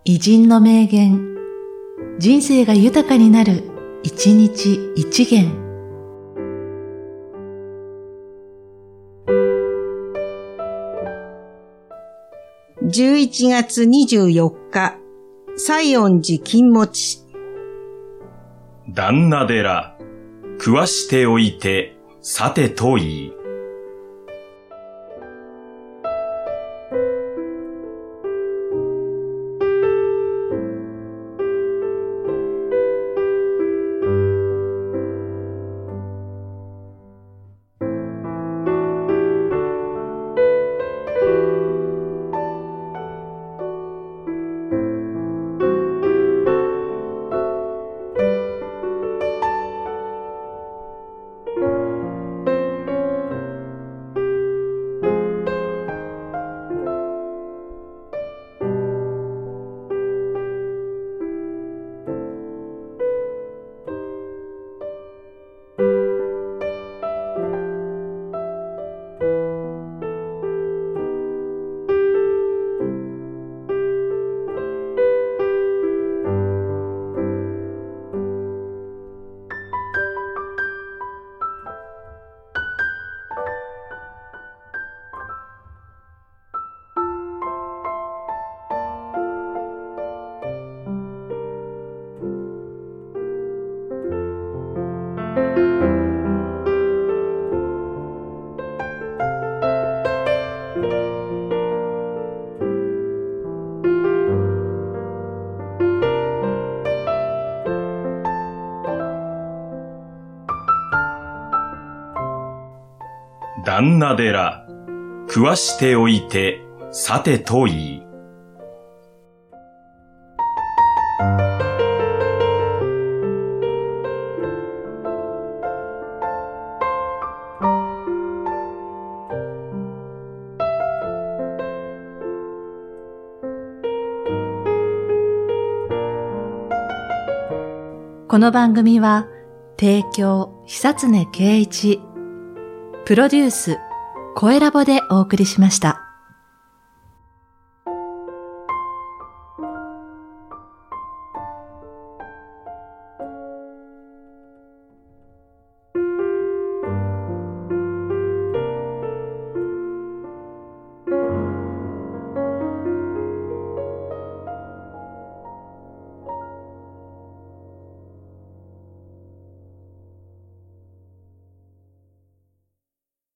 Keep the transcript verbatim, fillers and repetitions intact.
偉人の名言、人生が豊かになる、一日一元。 じゅういちがつにじゅうよっか、西園寺金持ち。 旦那寺、食わしておいて、さてといい。旦那寺、食わしておいて、さてといい。 この番組は、提供、久常圭一、プロデュース、声ラボでお送りしました。